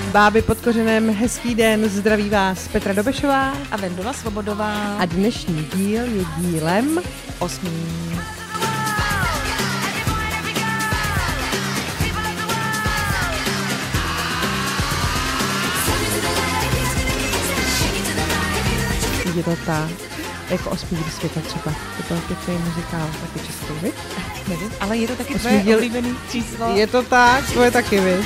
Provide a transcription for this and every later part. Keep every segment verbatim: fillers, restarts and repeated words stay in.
Báby pod kořenem, hezký den, zdraví vás Petra Dobešová a Vendula Svobodová. A dnešní díl je dílem osmým. Je to ta, jako osmý díl světa třeba. Je to pěkný muzikál, taky český, viď? Nevím, ale je to taky tvoje díl... oblíbený číslo. Je to tak, tvoje taky, viď?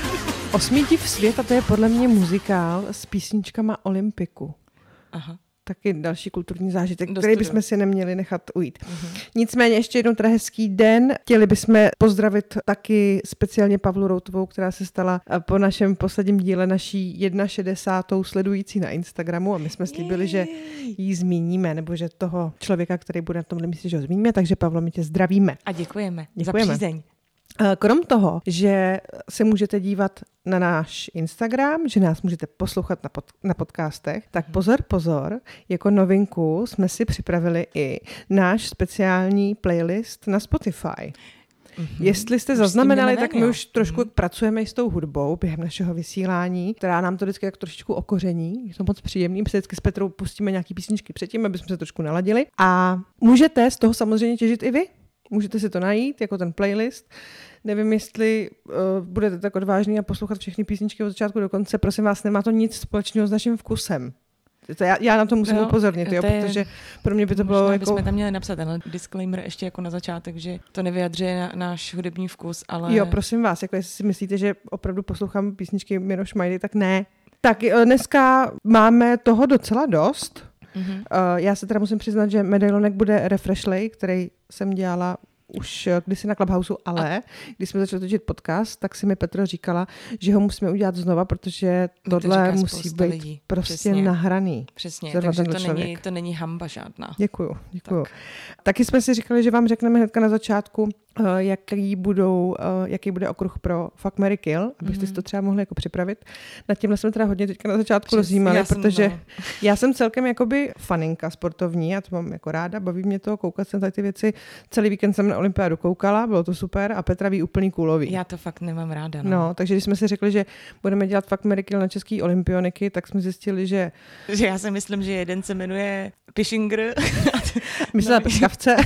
Osmý div světa, to je podle mě muzikál s písničkama Olympiku. Aha. Taky další kulturní zážitek, Do který studia. bychom si neměli nechat ujít. Uh-huh. Nicméně ještě jednou teda hezký den. Chtěli bychom pozdravit taky speciálně Pavlu Routovou, která se stala po našem posledním díle naší šedesátou první sledující na Instagramu a my jsme slíbili, že ji zmíníme, nebo že toho člověka, který bude na tomhle místě, že ho zmíníme, takže Pavlo, my tě zdravíme. A děkujeme, děkujeme. za přízeň. Krom toho, že se můžete dívat na náš Instagram, že nás můžete poslouchat na, pod, na podcastech, tak pozor, pozor, jako novinku jsme si připravili i náš speciální playlist na Spotify. Mm-hmm. Jestli jste zaznamenali, tak my už trošku mm-hmm. pracujeme i s tou hudbou během našeho vysílání, která nám to vždycky tak trošičku okoření. Je to moc příjemný. My se vždycky s Petrou pustíme nějaký písničky předtím, aby jsme se trošku naladili. A můžete z toho samozřejmě těžit i vy. Můžete si to najít, jako ten playlist. Nevím, jestli uh, budete tak odvážní a poslouchat všechny písničky od začátku do konce. Prosím vás, nemá to nic společného s naším vkusem. To já, já na to musím no, upozornit, jo, je, protože pro mě by to bylo jako... bychom tam měli napsat ten disclaimer ještě jako na začátek, že to nevyjadřuje na, náš hudební vkus, ale... Jo, prosím vás, jako jestli si myslíte, že opravdu poslouchám písničky Miroš Majdy, tak ne. Tak dneska máme toho docela dost. Mm-hmm. Uh, já se teda musím přiznat, že medailonek bude Refreshley, který jsem dělala už kdysi na Clubhouse, ale a... když jsme začali točit podcast, tak si mi Petra říkala, že ho musíme udělat znova, protože tohle to musí být lidí. Prostě Přesně. nahraný. Přesně, takže to není, to není hamba žádná. Děkuju, děkuju. Tak. Taky jsme si říkali, že vám řekneme hnedka na začátku, Uh, jaký, budou, uh, jaký bude okruh pro Fuck, Marry, Kill, abyste mm-hmm. si to třeba mohli jako připravit. Nad tímhle jsme teda hodně teďka na začátku rozjímali, já protože jsem, no. já jsem celkem jakoby faninka sportovní, já to mám jako ráda, baví mě to, koukat jsem tady ty věci. Celý víkend jsem na olympiádu koukala, bylo to super a Petra ví úplný kůlový. Já to fakt nemám ráda. No, no takže když jsme si řekli, že budeme dělat Fuck, Marry, Kill na český olympioniky, tak jsme zjistili, že... Že já si myslím, že jeden se jmenuje Pishinger. Myslela Piškavce.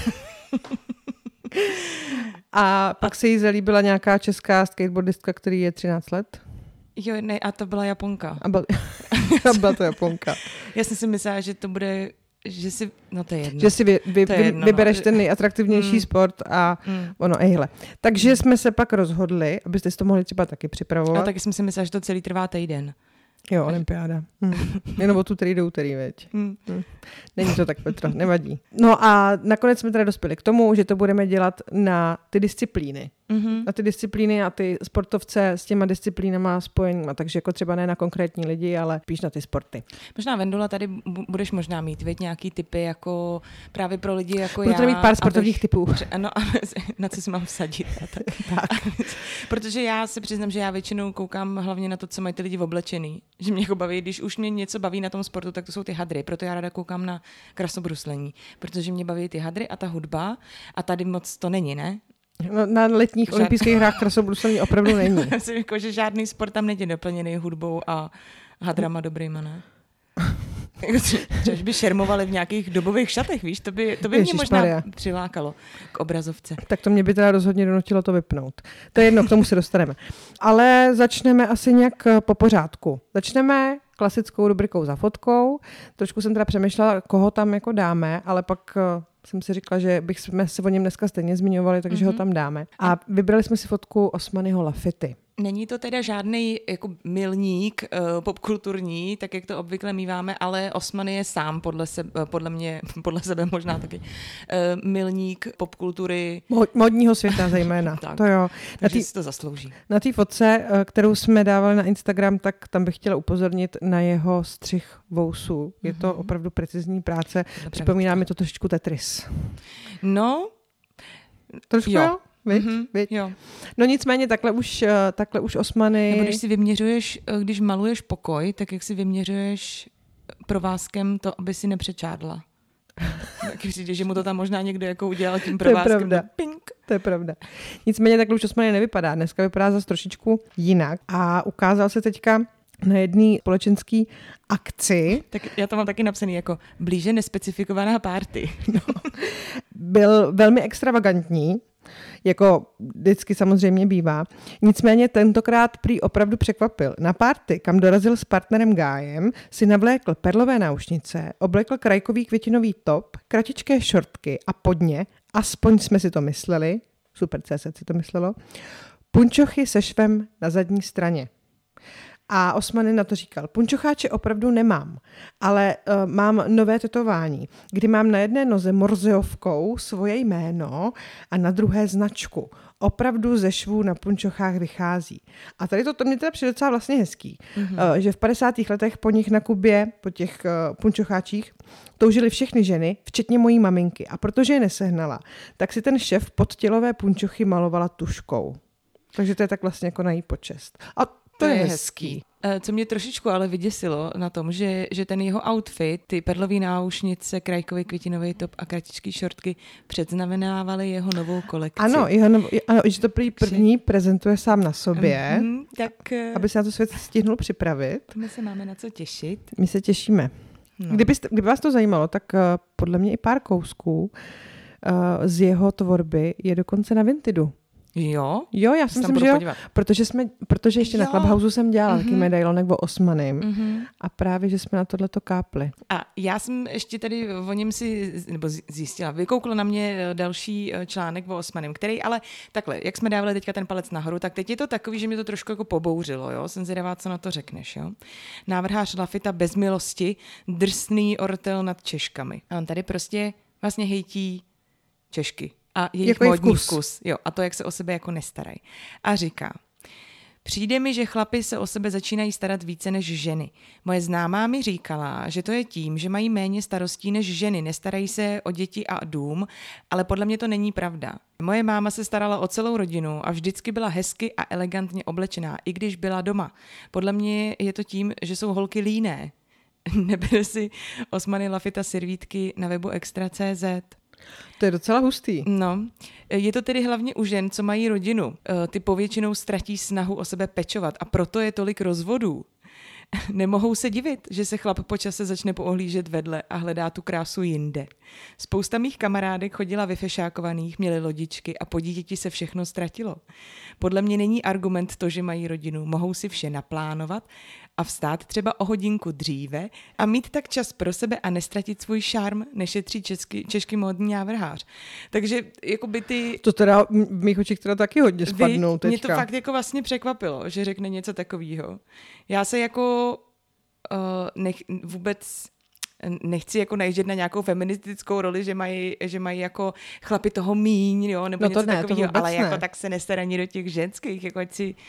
A pak se jí zalíbila nějaká česká skateboardistka, který je třináct let. Jo, ne, a to byla Japonka. A, byl, a byla to Japonka. Já jsem si myslela, že to bude, že si, no to je jedno. Že si vy, vy, vy, jedno, vybereš no. ten nejatraktivnější mm. sport a mm. ono, ejhle. Takže mm. jsme se pak rozhodli, abyste si to mohli třeba taky připravovat. A taky jsem si myslela, že to celý trvá týden. Jo, olympiáda. Hmm. Jenom o tu který do úterý, veď. Hmm. Hmm. Není to tak, Petro, nevadí. No a nakonec jsme teda dospěli k tomu, že to budeme dělat na ty disciplíny. Mm-hmm. Na ty disciplíny a ty sportovce s těma disciplínama spojenýma, takže jako třeba ne na konkrétní lidi, ale spíš na ty sporty. Možná, Vendula, tady budeš možná mít věď, nějaký typy jako právě pro lidi jako Budu já. Budu mít pár sportovních abych, typů. Ano, na co si mám vsadit. A tak. tak. Protože já se přiznám, že já většinou koukám hlavně na to, co mají ty lidi oblečený. Že mě jako baví, když už mě něco baví na tom sportu, tak to jsou ty hadry. Proto já ráda koukám na krasobruslení, protože mě baví ty hadry a ta hudba a tady moc to není, ne? No, na letních Žád... olympijských hrách krasobruslení opravdu není. Já si jako, že žádný sport tam není doplněný hudbou a hadrama dobrýma, ne? Třeba by šermovali v nějakých dobových šatech, víš, to by, to by mě možná přilákalo k obrazovce. Tak to mě by teda rozhodně donutilo to vypnout. To je jedno, k tomu se dostaneme. Ale začneme asi nějak po pořádku. Začneme klasickou rubrikou za fotkou. Trošku jsem teda přemýšlela, koho tam jako dáme, ale pak jsem si říkala, že bychom se o něm dneska stejně zmiňovali, takže mm-hmm. ho tam dáme. A vybrali jsme si fotku Osmanyho Lafity. Není to teda žádný jako milník uh, popkulturní, tak jak to obvykle míváme, ale Osmany je sám podle sebe, podle mě, podle sebe možná taky uh, milník popkultury. Modního světa zejména. tak, to jo. Na tý, si to zaslouží. Na té fotce, kterou jsme dávali na Instagram, tak tam bych chtěla upozornit na jeho střih vousů. Je to mm-hmm. opravdu precizní práce. Dobře, připomíná mi to trošičku Tetris. No. Trošku jo. jo? Víš? Mm-hmm, Víš? Jo. No nicméně takhle už, takhle už Osmany... Nebo když si vyměřuješ, když maluješ pokoj, tak jak si vyměřuješ provázkem to, aby si nepřečádla. Taky přijde, že mu to tam možná někdo jako udělal tím provázkem. To je pravda. Pink. To je pravda. Nicméně takhle už Osmany nevypadá. Dneska vypadá zase trošičku jinak a ukázal se teďka na jedné společenské akci. Tak já to mám taky napsaný jako blíže nespecifikovaná party. No. Byl velmi extravagantní, jako vždycky samozřejmě bývá. Nicméně tentokrát prý opravdu překvapil. Na party, kam dorazil s partnerem Gájem, si navlékl perlové náušnice, oblekl krajkový květinový top, kratičké šortky a pod ně, aspoň jsme si to mysleli, super C S si to myslelo, punčochy se švem na zadní straně. A Osmany na to říkal, punčocháče opravdu nemám, ale uh, mám nové tetování, kdy mám na jedné noze morzeovkou svoje jméno a na druhé značku. Opravdu ze švů na punčochách vychází. A tady to, to mě teda přijde docela vlastně hezký, mm-hmm. uh, že v padesátých letech po nich na Kubě, po těch uh, punčocháčích, toužily všechny ženy, včetně mojí maminky. A protože je nesehnala, tak si ten šéf podtělové punčochy malovala tuškou. Takže to je tak vlastně jako na její počest. A to, to je, je hezký. hezký. Co mě trošičku ale vyděsilo na tom, že, že ten jeho outfit, ty perlový náušnice, krajkový květinový top a kratičký šortky předznamenávaly jeho novou kolekci. Ano, jeho novou, ano, že to prý první prezentuje sám na sobě, mm, tak, aby se na to svět stihnul připravit. My se máme na co těšit. My se těšíme. No. Kdybyste, kdyby vás to zajímalo, tak uh, podle mě i pár kousků uh, z jeho tvorby je dokonce na Vintidu. Jo? Jo, já si myslím, že jo, protože, jsme, protože ještě jo. na Clubhouse jsem dělala mm-hmm. taky medailonek o Osmanym mm-hmm. a právě, že jsme na tohleto kápli. A já jsem ještě tady o něm si, nebo zjistila, vykoukl na mě další článek o Osmanym, který ale takhle, jak jsme dávali teďka ten palec nahoru, tak teď je to takový, že mě to trošku jako pobouřilo, jo, jsem zvědavá, co na to řekneš, jo. Návrhář Lafita bez milosti, drsný ortel nad Češkami. A on tady prostě vlastně hejtí Češky. A jejich jako módní vkus. vkus. Jo, a to, jak se o sebe jako nestarají. A říká, přijde mi, že chlapi se o sebe začínají starat více než ženy. Moje známá mi říkala, že to je tím, že mají méně starostí než ženy, nestarají se o děti a dům, ale podle mě to není pravda. Moje máma se starala o celou rodinu a vždycky byla hezky a elegantně oblečená, i když byla doma. Podle mě je to tím, že jsou holky líné. Nebere si Osmany Lafita servítky na webu extra tečka cé zet. To je docela hustý. No, je to tedy hlavně u žen, co mají rodinu. Ty povětšinou ztratí snahu o sebe pečovat a proto je tolik rozvodů. Nemohou se divit, že se chlap po čase začne poohlížet vedle a hledá tu krásu jinde. Spousta mých kamarádek chodila vyfešákovaných, měly lodičky a po dítěti se všechno ztratilo. Podle mě není argument to, že mají rodinu. Mohou si vše naplánovat a vstát třeba o hodinku dříve a mít tak čas pro sebe a nestratit svůj šarm, nešetří český, český módní návrhář. Takže jakoby ty... To teda v mých očích teda taky hodně spadnou teďka. Mě to fakt jako vlastně překvapilo, že řekne něco takového. Já se jako uh, nech, vůbec nechci jako najíždět na nějakou feministickou roli, že mají, že mají jako chlapi toho míň, jo, nebo no něco ne, takového, ale ne. jako tak se nestaraní do těch ženských, jako ať si...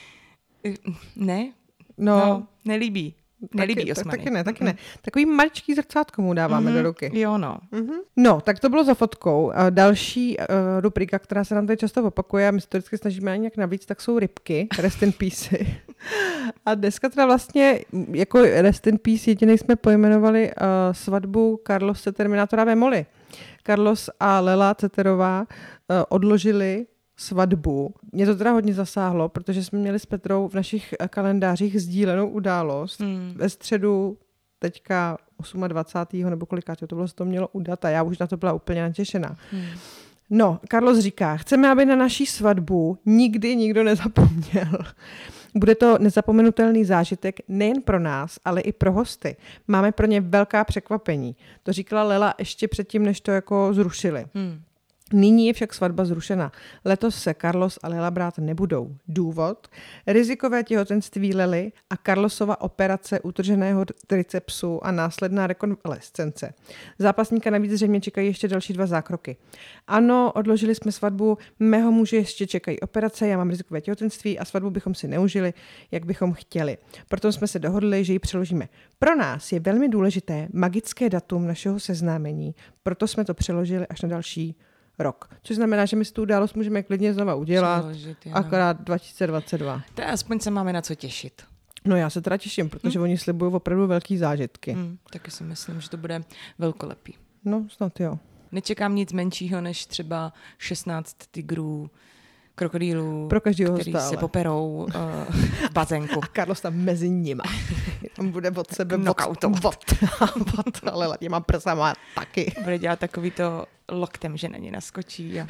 Ne? No, no nelíbí. Nelíbí taky, Osmany. Taky ne, taky ne. Takový maličký zrcátko mu dáváme mm-hmm. do ruky. Jo, no. Mm-hmm. No, tak to bylo za fotkou. Další uh, rubrika, která se nám tady často opakuje a my se to vždycky snažíme nějak navíc, tak jsou rybky, rest in peace. A dneska teda vlastně jako rest in peace jedinej jsme pojmenovali uh, svatbu Carlose Terminátora Vémoly. Carlos a Lela Ceterová uh, odložili svatbu. Mě to teda hodně zasáhlo, protože jsme měli s Petrou v našich kalendářích sdílenou událost. Hmm. Ve středu teďka dvacátého osmého nebo kolikátého to bylo, se to mělo udat a já už na to byla úplně natěšená. Hmm. No, Carlos říká, chceme, aby na naší svatbu nikdy nikdo nezapomněl. Bude to nezapomenutelný zážitek nejen pro nás, ale i pro hosty. Máme pro ně velká překvapení. To říkala Lela ještě předtím, než to jako zrušili. Hmm. Nyní je však svatba zrušena. Letos se Carlos a Lela brát nebudou. Důvod? Rizikové těhotenství Lely a Carlosova operace utrženého tricepsu a následná rekonvalescence. Zápasníka navíc zřejmě čekají ještě další dva zákroky. Ano, odložili jsme svatbu, mého muže ještě čekají operace, já mám rizikové těhotenství a svatbu bychom si neužili, jak bychom chtěli. Proto jsme se dohodli, že ji přeložíme. Pro nás je velmi důležité magické datum našeho seznámení, proto jsme to přeložili až na další rok. Což znamená, že my si tu událost můžeme klidně znova udělat, Přeložit, akorát dva tisíce dvacet dva. To aspoň se máme na co těšit. No já se teda těším, protože hmm. oni slibují opravdu velký zážitky. Hmm, taky si myslím, že to bude velkolepý. No snad jo. Nečekám nic menšího než třeba šestnáct tigrů, krokodýlů, Pro každýho který stále. se poperou uh, v bazénku. A Carlos tam mezi nima. On bude od sebe Knockoutovat. od, od, od, ale těma prsama taky. Bude dělat takový to loktem, že na ně naskočí. A...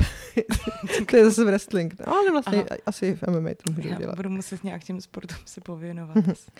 To je zase wrestling. No, ale vlastně Aha. asi v M M A to můžu Já dělat. budu muset nějak těm sportům se pověnovat.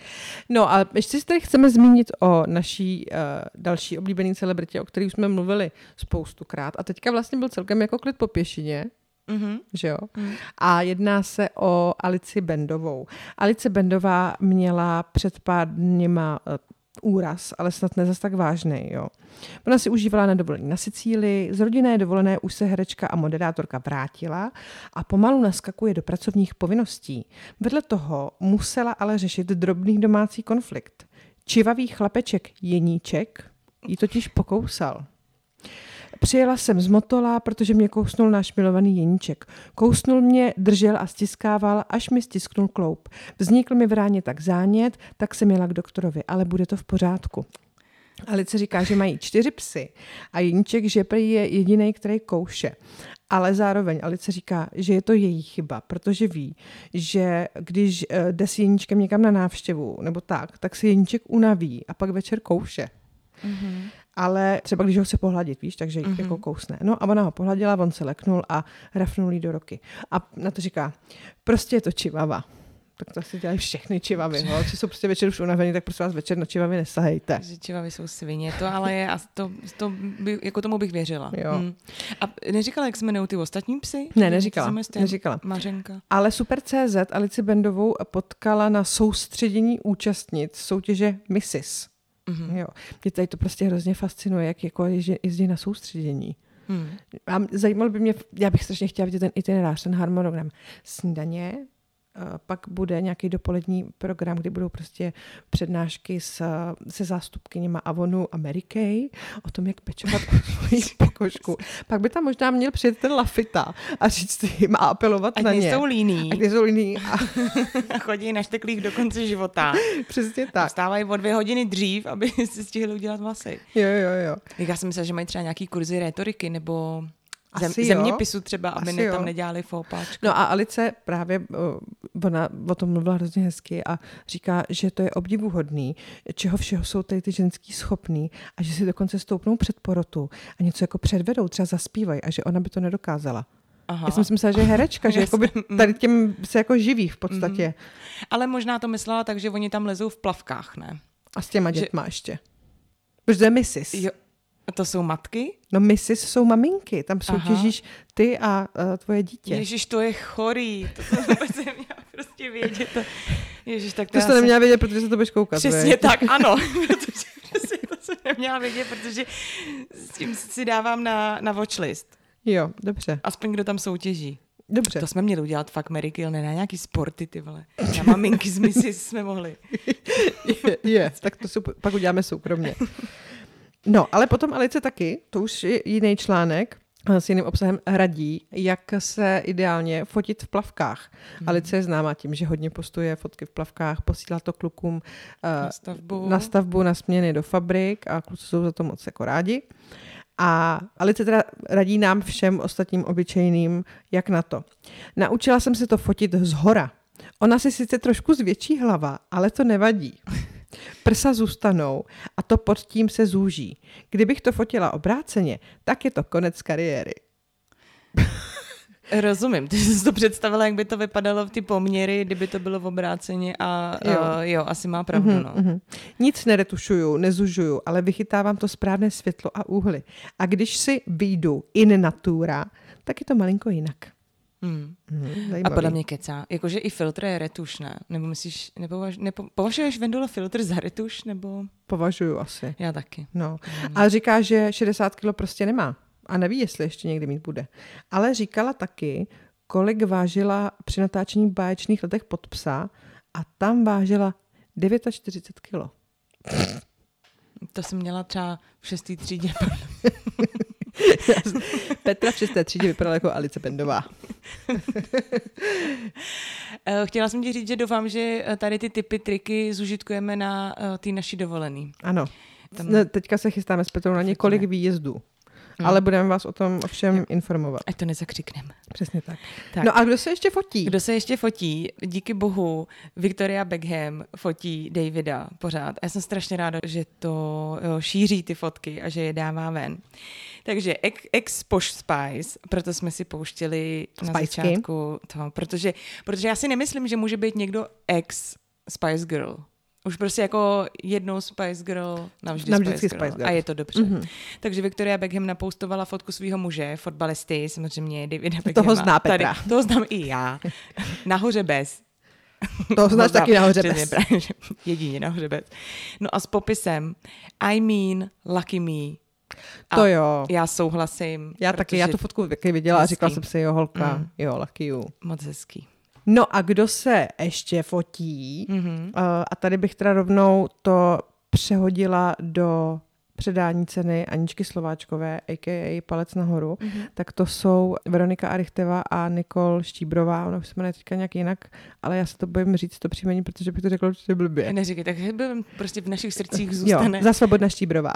No a ještě si tady chceme zmínit o naší uh, další oblíbené celebritě, o které už jsme mluvili spoustukrát. A teďka vlastně byl celkem jako klid po pěšině. Mm-hmm. Že jo? Mm. A jedná se o Alici Bendovou. Alice Bendová měla před pár dněma uh, úraz, ale snad ne zas tak vážnej. Jo. Ona si užívala na dovolení na Sicílii, z rodinné dovolené už se herečka a moderátorka vrátila a pomalu naskakuje do pracovních povinností. Vedle toho musela ale řešit drobný domácí konflikt. Čivavý chlapeček Jeníček jí totiž pokousal. Přijela jsem z Motola, protože mě kousnul náš milovaný Jeníček. Kousnul mě, držel a stiskával, až mi stisknul kloup. Vznikl mi v ráně tak zánět, tak jsem jela k doktorovi, ale bude to v pořádku. Alice říká, že mají čtyři psy a Jeníček, že prý je jedinej, který kouše. Ale zároveň Alice říká, že je to její chyba, protože ví, že když jde s Jeníčkem někam na návštěvu nebo tak, tak se Jeníček unaví a pak večer kouše. Mm-hmm. Ale třeba když ho chce pohladit, víš, takže mm-hmm. jako kousne. No a ona ho pohladila, on se leknul a rafnul jí do ruky. A na to říká, prostě je to čivava. Tak to asi dělají všechny čivavy. No? Či jsou prostě večer už unavený, tak prostě vás večer na čivavy nesahejte. Že čivavy jsou svině, to ale je, a to, to by, jako tomu bych věřila. Jo. Hmm. A neříkala, jak se jmenují ty ostatní psy? Ne, neříkala. neříkala. Mařenka. Ale Super tečka cé zet Alici Bendovou potkala na soustředění účastnic soutěže Missis. Mm-hmm. Jo. Mě tady to prostě hrozně fascinuje, jak jako jezdí na soustředění. Hmm. A zajímalo by mě, já bych strašně chtěla vidět ten itinerář, ten harmonogram. Snídaně, pak bude nějaký dopolední program, kdy budou prostě přednášky s, se zástupkyněma Avonu a Mary Kay o tom, jak pečovat o svoji pokožku. Pak by tam možná měl přijet ten Lafita a říct jim a apelovat ať na ně. Jsou líní. Ať nejsou líní. A... a chodí na šteklích do konce života. Přesně tak. Vstávají o dvě hodiny dřív, aby si stihli udělat vlasy. Jo, jo, jo. Já jsem myslela, že mají třeba nějaký kurzy rétoriky nebo... Zem, Asi zeměpisu třeba, aby ne, tam jo. nedělali fópáčku. No a Alice právě, ona o tom mluvila hrozně hezky a říká, že to je obdivuhodný, čeho všeho jsou tady ty ženský schopný a že si dokonce stoupnou před porotu a něco jako předvedou, třeba zaspívají a že ona by to nedokázala. Aha. Já jsem si myslela, že je herečka, že jakoby tady tím se jako živí v podstatě. Mm. Ale možná to myslela tak, že oni tam lezou v plavkách, ne? A s těma dětma že... ještě. Protože to je Missis. Jo. A to jsou matky? No Missis jsou maminky, tam soutěžíš ty a uh, tvoje dítě. Ježiš, to je chorý, to jsem vůbec neměla prostě vědět. To... Ježiš, tak to, to jsi to neměla se... vědět, protože se to budeš koukat. Přesně vej. Tak, ano, protože přesně to jsem neměla vědět, protože s tím si dávám na, na watchlist. Jo, dobře. Aspoň kdo tam soutěží. Dobře. To jsme měli udělat fakt Mary Kay, ne na nějaký sporty, ty vole. Na maminky z Missis jsme mohli. je, je, tak to jsou, pak uděláme soukromně. No, ale potom Alice taky, to už je jiný článek s jiným obsahem, radí, jak se ideálně fotit v plavkách. Hmm. Alice je známá tím, že hodně postuje fotky v plavkách, posílá to klukům uh, na, stavbu. na stavbu, na směny do fabrik a kluci jsou za to moc jako rádi. A Alice teda radí nám všem ostatním obyčejným, jak na to. Naučila jsem se to fotit zhora. Ona si sice trošku zvětší hlava, ale to nevadí. Prsa zůstanou a to pod tím se zúží. Kdybych to fotila obráceně, tak je to konec kariéry. Rozumím, ty jsi to představila, jak by to vypadalo v ty poměry, kdyby to bylo v obráceně a jo, uh, jo asi má pravdu. Mm-hmm, no. mm-hmm. Nic neretušuju, nezužuju, ale vychytávám to správné světlo a úhly. A když si vyjdu in natura, tak je to malinko jinak. Hmm. Hmm, a podle mě kecá. Jakože i filtr je retuš, ne? Nebo myslíš, nepovaž, nepo, považuješ Vendula filtr za retuš, nebo? Považuju asi. Já taky. No. Hmm. Ale říká, že šedesát kilo prostě nemá. A neví, jestli ještě někdy mít bude. Ale říkala taky, kolik vážila při natáčení Báječných letech pod psa a tam vážila čtyřicet devět kilo. To jsem měla třeba v šestý třídě. Petra v šesté třídě vypadala jako Alice Bendová. Chtěla jsem ti říct, že doufám, že tady ty tipy, triky zužitkujeme na ty naší dovolený. Ano. Tam... Teďka se chystáme s Petrou na několik výjezdů. hmm. ale budeme vás o tom všem informovat. Ať to nezakřikneme. Přesně tak. tak. No a kdo se ještě fotí? Kdo se ještě fotí? Díky bohu Victoria Beckham fotí Davida pořád. A já jsem strašně ráda, že to jo, šíří ty fotky a že je dává ven. Takže ex-Posh Spice, proto jsme si pouštěli na Spiceky. začátku to, protože, protože já si nemyslím, že může být někdo ex-Spice Girl. Už prostě jako jednou Spice Girl, navždy, navždy Spice, Girl. Spice Girl. A je to dobře. Mm-hmm. Takže Victoria Beckham napoustovala fotku svého muže, fotbalisty, samozřejmě Davida Beckhama. Toho zná Petra. Tady, toho znám i já. Nahoře bez. To znáš taky nahoře bez. Jedině nahoře bez. No a s popisem I mean lucky me. A to jo. Já souhlasím. Já taky, já tu fotku taky viděla hezký. A říkala jsem si, jo holka, mm. jo, lucky you. Moc hezký. No a kdo se ještě fotí, mm-hmm. uh, a tady bych teda rovnou to přehodila do předání ceny Aničky Slováčkové, a k a. Palec nahoru, mm-hmm. tak to jsou Veronika Arichteva a Nikol Štíbrová, ona už se jmenuje teďka nějak jinak, ale já se to bojím říct to příjmení, protože bych to řekla určitě blbě. Neříkej, tak prostě v našich srdcích zůstane. Jo, za Svobodna Štíbrová.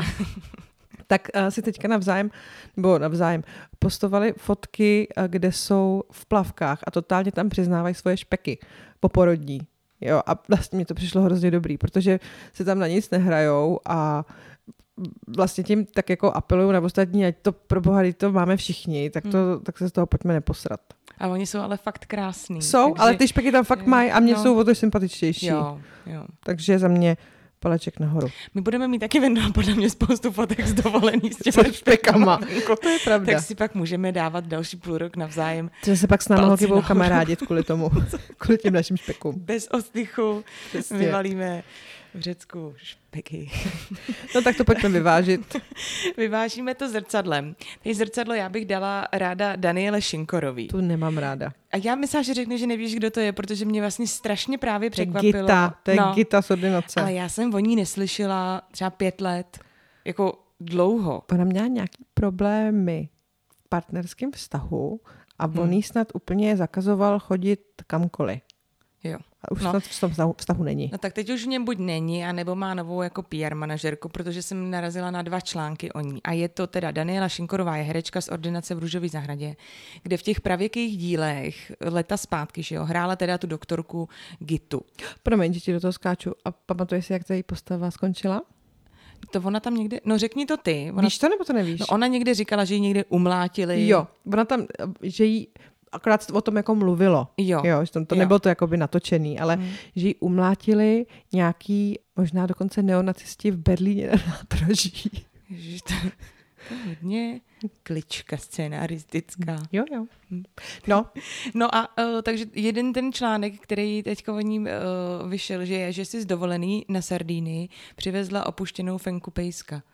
Tak uh, si teďka navzájem, nebo navzájem, postovali fotky, uh, kde jsou v plavkách a totálně tam přiznávají svoje špeky poporodní. Jo, a vlastně mi to přišlo hrozně dobrý, protože se tam na nic nehrajou a vlastně tím tak jako apelují na ostatní, ať to pro boha, to máme všichni, tak, to, hmm. tak se z toho pojďme neposrat. A oni jsou ale fakt krásný. Jsou, takže... ale ty špeky tam fakt mají a mě no. jsou o to sympatičtější. Jo, jo. Takže za mě paleček nahoru. My budeme mít taky vendol podle mě spoustu fotek z dovolený s těma špekama. To je pravda. Tak si pak můžeme dávat další půl rok navzájem. Že se pak s námi holky budou kamarádit kvůli tomu, kvůli těm našim špekům. Bez ostychu vyvalíme v Řecku špeky. No tak to pojďme vyvážit. Vyvážíme to zrcadlem. Tady zrcadlo já bych dala ráda Daniele Šinkorový. Tu nemám ráda. A já myslím, že řekne, že nevíš, kdo to je, protože mě vlastně strašně právě překvapilo. To je Gita, to je no, Gita z ordinace. Ale já jsem o ní neslyšela třeba pět let, jako dlouho. Ona měla nějaký problémy v partnerském vztahu a on jí hmm. snad úplně zakazoval chodit kamkoliv. Jo. A už no. snad v tom vztahu, vztahu není. No tak teď už v něm buď není, anebo má novou jako P R manažerku, protože jsem narazila na dva články o ní. A je to teda Daniela Šinkorová, je herečka z ordinace v Růžové zahradě, kde v těch pravěkých dílech leta zpátky, že jo, hrála teda tu doktorku Gitu. Promiň, že ti do toho skáču. A pamatuješ si, jak ta její postava skončila? To ona tam někde, no řekni to ty. Ona, víš to, nebo to nevíš? No ona někde říkala, že ji někde umlátili. Jo, ona tam, že jí akorát o tom jako mluvilo. Jo. jo že to, to nebylo to jakoby natočený, ale hmm. že ji umlátili nějaký, možná dokonce neonacisti v Berlíně na nádraží. Ježiš, to, to je hodně klička scenaristická. Jo, jo. No. No a uh, takže jeden ten článek, který teďka o ní uh, vyšel, že je, že si z dovolený na Sardínii přivezla opuštěnou fenku pejska.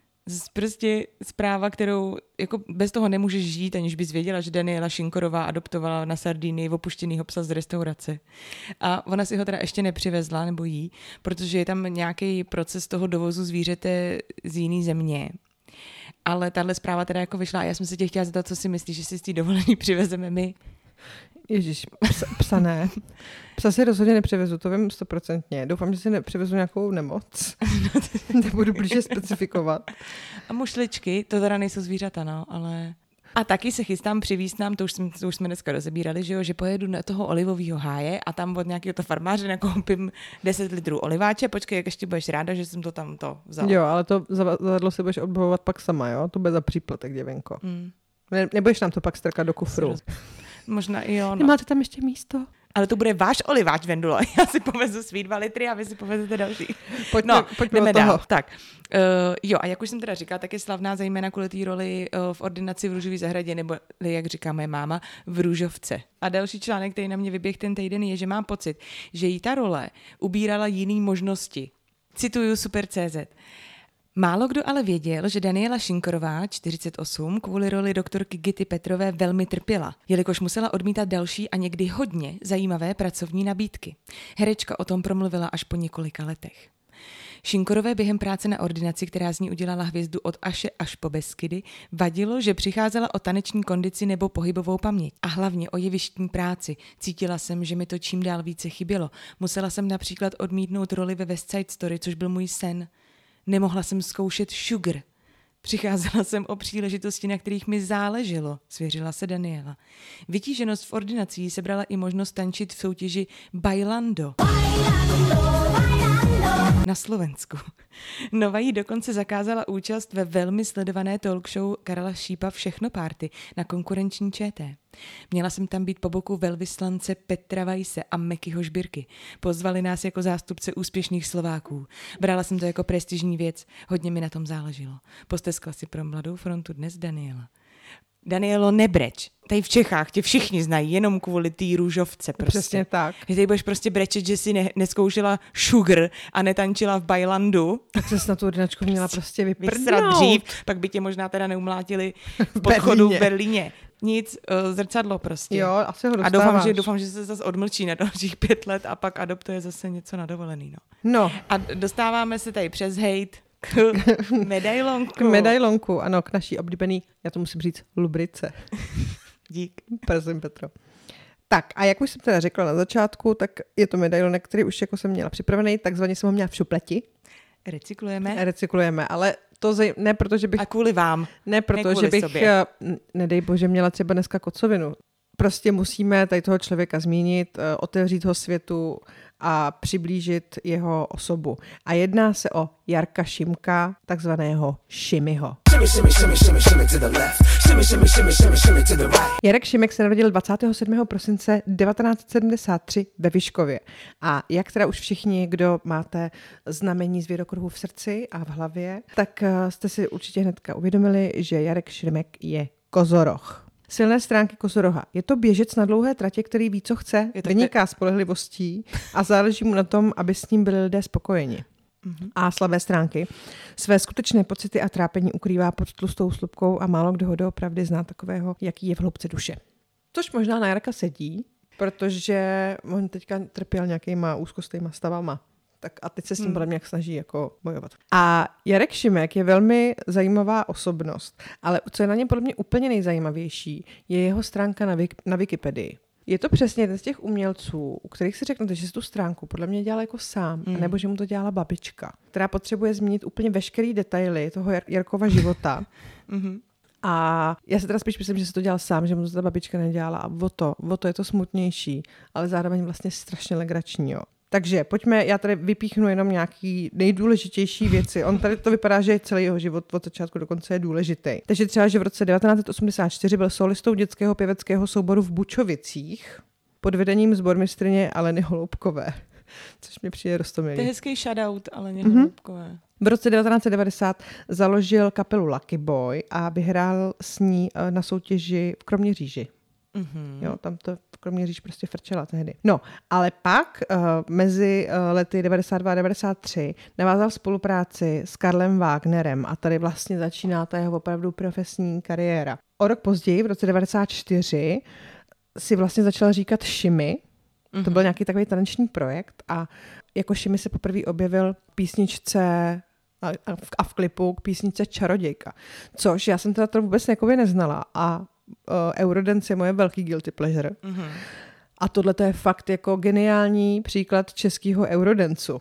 Prostě zpráva, kterou jako bez toho nemůžeš žít, aniž bys věděla, že Daniela Šinkorová adoptovala na Sardínii opuštěnýho psa z restaurace. A ona si ho teda ještě nepřivezla, nebo jí, protože je tam nějaký proces toho dovozu zvířete z jiný země. Ale tahle zpráva teda jako vyšla a já jsem se tě chtěla zeptat, co si myslíš, že si z té dovolený přivezeme my? Ježíš, psa, psa ne. Psa si rozhodně nepřivezu, to vím stoprocentně. Doufám, že si nepřivezu nějakou nemoc. Nebudu blíže specifikovat. A mušličky, to teda nejsou zvířata, no, ale... A taky se chystám přivízt nám, to už, jsme, to už jsme dneska rozebírali, že, jo, že pojedu na toho olivového háje a tam od nějakého to farmáře nakoupím deset litrů oliváče. Počkej, jak ještě budeš ráda, že jsem to tam to vzala. Jo, ale to zavadlo si budeš odbavovat pak sama, jo? To bude za příplatek, děvenko. Hmm. Ne, nebudeš nám to pak strkat do kufru. Možná i jo. No. Nemáte tam ještě místo? Ale to bude váš oliváč, Vendulo. Já si povezu svý dva litry a vy si povezete další. Pojďme, no, pojďme jdeme od toho. dál. Tak, uh, jo, a jak už jsem teda říkala, tak je slavná zejména kvůli té roli uh, v ordinaci v Růžové zahradě, nebo jak říká moje máma, v Růžovce. A další článek, který na mě vyběh ten týden, je, že mám pocit, že jí ta role ubírala jiný možnosti. Cituju Super tečka cé zet. Málo kdo ale věděl, že Daniela Šinkorová, čtyřicet osm, kvůli roli doktorky Gity Petrové velmi trpěla, jelikož musela odmítat další a někdy hodně zajímavé pracovní nabídky. Herečka o tom promluvila až po několika letech. Šinkorové během práce na ordinaci, která z ní udělala hvězdu od Aše až po Beskydy, vadilo, že přicházela o taneční kondici nebo pohybovou paměť. A hlavně o jevištní práci. Cítila jsem, že mi to čím dál více chybělo. Musela jsem například odmítnout roli ve West Side Story, což byl můj sen. Nemohla jsem zkoušet Sugar. Přicházela jsem o příležitosti, na kterých mi záleželo, svěřila se Daniela. Vytíženost v ordinací sebrala i možnost tančit v soutěži Bailando. Na Slovensku. Nova jí dokonce zakázala účast ve velmi sledované talk show Karla Šípa Všechno party na konkurenční ČT. Měla jsem tam být po boku velvyslance Petra Vajse a Mekyho Žbírky. Pozvali nás jako zástupce úspěšných Slováků. Brala jsem to jako prestižní věc, hodně mi na tom záleželo. Posteskla si pro Mladou frontu dnes Daniela. Danielo, nebreč. Tady v Čechách tě všichni znají, jenom kvůli té růžovce. Prostě. Přesně tak. Že tady budeš prostě brečet, že si ne, neskoušela sugar a netančila v Bailandu. Tak se na tu ordinačku měla prostě vyprdnout. Vysrat dřív, pak by tě možná teda neumlátili v podchodu v Berlíně. Nic, uh, zrcadlo prostě. Jo, asi ho dostáváš. A doufám, že, doufám, že se zase odmlčí na dalších pět let a pak adoptuje zase něco na dovolený. No. no. A dostáváme se tady přes hejt k medailonku. K medailonku, ano, k naší oblíbený, já to musím říct, lubrice. Dík. Prosím, Petro. Tak a jak už jsem teda řekla na začátku, tak je to medailonek, který už jako jsem měla připravený, takzvaně jsem ho měla v šupleti. Recyklujeme. Recyklujeme, ale to zaj... ne proto, že bych... A kvůli vám. Ne proto, že bych, sobě. nedej bože, měla třeba dneska kocovinu. Prostě musíme tady toho člověka zmínit, otevřít ho světu a přiblížit jeho osobu. A jedná se o Jarka Šimka, takzvaného Šimiho. Jarek Šimek se narodil dvacátého sedmého prosince devatenáct set sedmdesát tři ve Vyškově. A jak teda už všichni, kdo máte znamení zvěrokruhu v srdci a v hlavě, tak jste si určitě hnedka uvědomili, že Jarek Šimek je kozoroch. Silné stránky kozoroha. Je to běžec na dlouhé tratě, který ví, co chce, vyniká spolehlivostí a záleží mu na tom, aby s ním byli lidé spokojeni. Mm-hmm. A slabé stránky. Své skutečné pocity a trápení ukrývá pod tlustou slupkou a málo kdo ho doopravdy zná takového, jaký je v hloubce duše. Což možná na Jarka sedí, protože on teďka trpěl nějakýma úzkostejma stavama. Tak a teď se s tím podle mě jak snaží jako bojovat. A Jarek Šimek je velmi zajímavá osobnost, ale co je na něm podle mě úplně nejzajímavější, je jeho stránka na, Wik- na Wikipedii. Je to přesně jeden z těch umělců, u kterých si řeknete, že si tu stránku podle mě dělal jako sám, mm. nebo že mu to dělala babička, která potřebuje zmínit úplně veškerý detaily toho Jar- Jarkova života. mm-hmm. A já si teda spíš myslím, že se to dělal sám, že mu to ta babička nedělala a o to, o to je to smutnější, ale zároveň vlastně strašně legrační, jo. Takže pojďme, já tady vypíchnu jenom nějaký nejdůležitější věci. On tady to vypadá, že celý jeho život od začátku do konce je důležitý. Takže třeba, že v roce devatenáct set osmdesát čtyři byl solistou dětského pěveckého souboru v Bučovicích pod vedením sbormistryně Aleny Holoubkové, což mě přijde roztomilý. To je hezký shoutout Aleně mm-hmm. Holoubkové. V roce devatenáct set devadesát založil kapelu Lucky Boy a vyhrál s ní na soutěži v Kroměříži. Mm-hmm. Jo, tam to Kroměříž prostě frčela tehdy. No, ale pak uh, mezi uh, lety devadesát dva a devadesát tři navázal spolupráci s Karlem Wagnerem a tady vlastně začíná ta jeho opravdu profesní kariéra. O rok později, v roce devadesát čtyři, si vlastně začal říkat Šimi. Mm-hmm. To byl nějaký takový taneční projekt a jako Šimi se poprvé objevil v písničce a, a, v, a v klipu k písničce Čarodějka, což já jsem teda to vůbec jakoby neznala a Uh, Eurodance je moje velký guilty pleasure. Mm-hmm. A tohle to je fakt jako geniální příklad českého Eurodancu.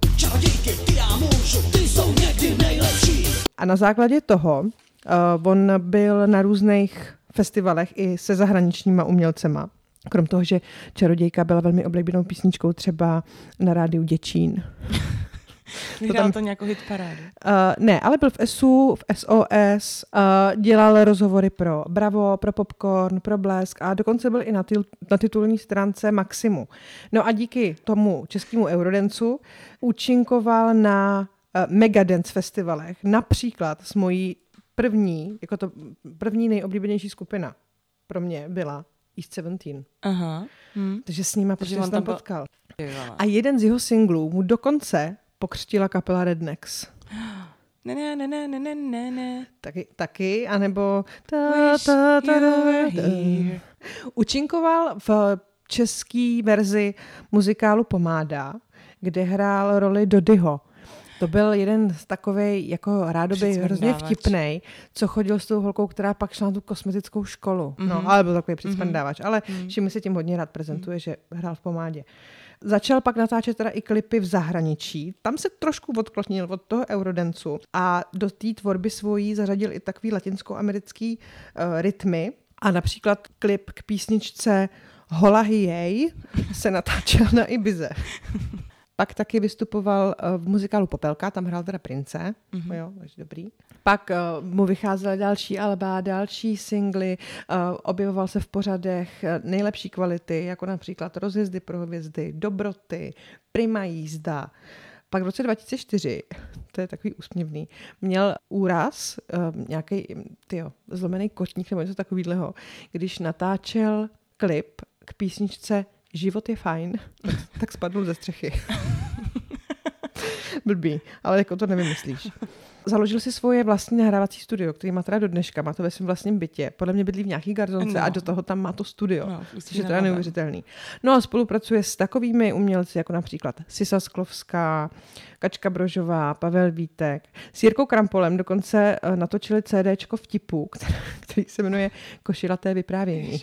A na základě toho uh, on byl na různých festivalech i se zahraničníma umělcema. Krom toho, že Čarodějka byla velmi oblíbenou písničkou třeba na rádiu Děčín. Vyhrál to nějakou hitparádu? Uh, ne, ale byl v es u, v es o es, uh, dělal rozhovory pro Bravo, pro Popcorn, pro Blesk a dokonce byl i na, til, na titulní stránce Maximu. No a díky tomu českému Eurodancu účinkoval na uh, Megadance festivalech, například s mojí první, jako to první nejoblíbenější skupina pro mě byla East Seventeen. Aha. Hmm. Takže s nima prostě jsem tam potkal. Byl... A jeden z jeho singlů mu dokonce pokřtila kapela Rednecks. Ne, ne, ne, ne, ne, ne, ne. Taky, taky, anebo ta, ta, ta, ta, ta. Účinkoval v české verzi muzikálu Pomáda, kde hrál roli Dodyho. To byl jeden z takovej jako rádoby hrozně vtipnej, co chodil s tou holkou, která pak šla na tu kosmetickou školu. Mm-hmm. No, ale byl takový předspandávač. Mm-hmm. Ale mm-hmm. Šimi se tím hodně rád prezentuje, mm-hmm. že hrál v Pomádě. Začal pak natáčet teda i klipy v zahraničí. Tam se trošku odklonil od toho eurodancu a do té tvorby svojí zařadil i takový latinskoamerický uh, rytmy. A například klip k písničce Hola Hiej se natáčel na Ibize. Pak taky vystupoval v muzikálu Popelka, tam hrál teda prince, mm-hmm. jo, takže dobrý. Pak uh, mu vycházely další alba, další singly, uh, objevoval se v pořadech nejlepší kvality, jako například Rozjezdy pro hvězdy, Dobroty, Prima jízda. Pak v roce dva tisíce čtyři, to je takový úsměvný, měl úraz, uh, nějaký tyjo, zlomený kotník nebo něco takového, když natáčel klip k písničce Život je fajn, tak, tak spadl ze střechy. Blbý, ale jako to nevymyslíš. Založil si svoje vlastní nahrávací studio, který má teda do dneška, má to ve svém vlastním bytě. Podle mě bydlí v nějaký garzonce no. a do toho tam má to studio, no, což je teda neuvěřitelný. No a spolupracuje s takovými umělci, jako například Sisa Sklovská, Kačka Brožová, Pavel Vítek. S Jirkou Krampolem dokonce natočili CDčko vtipu, který se jmenuje Košilaté vyprávění.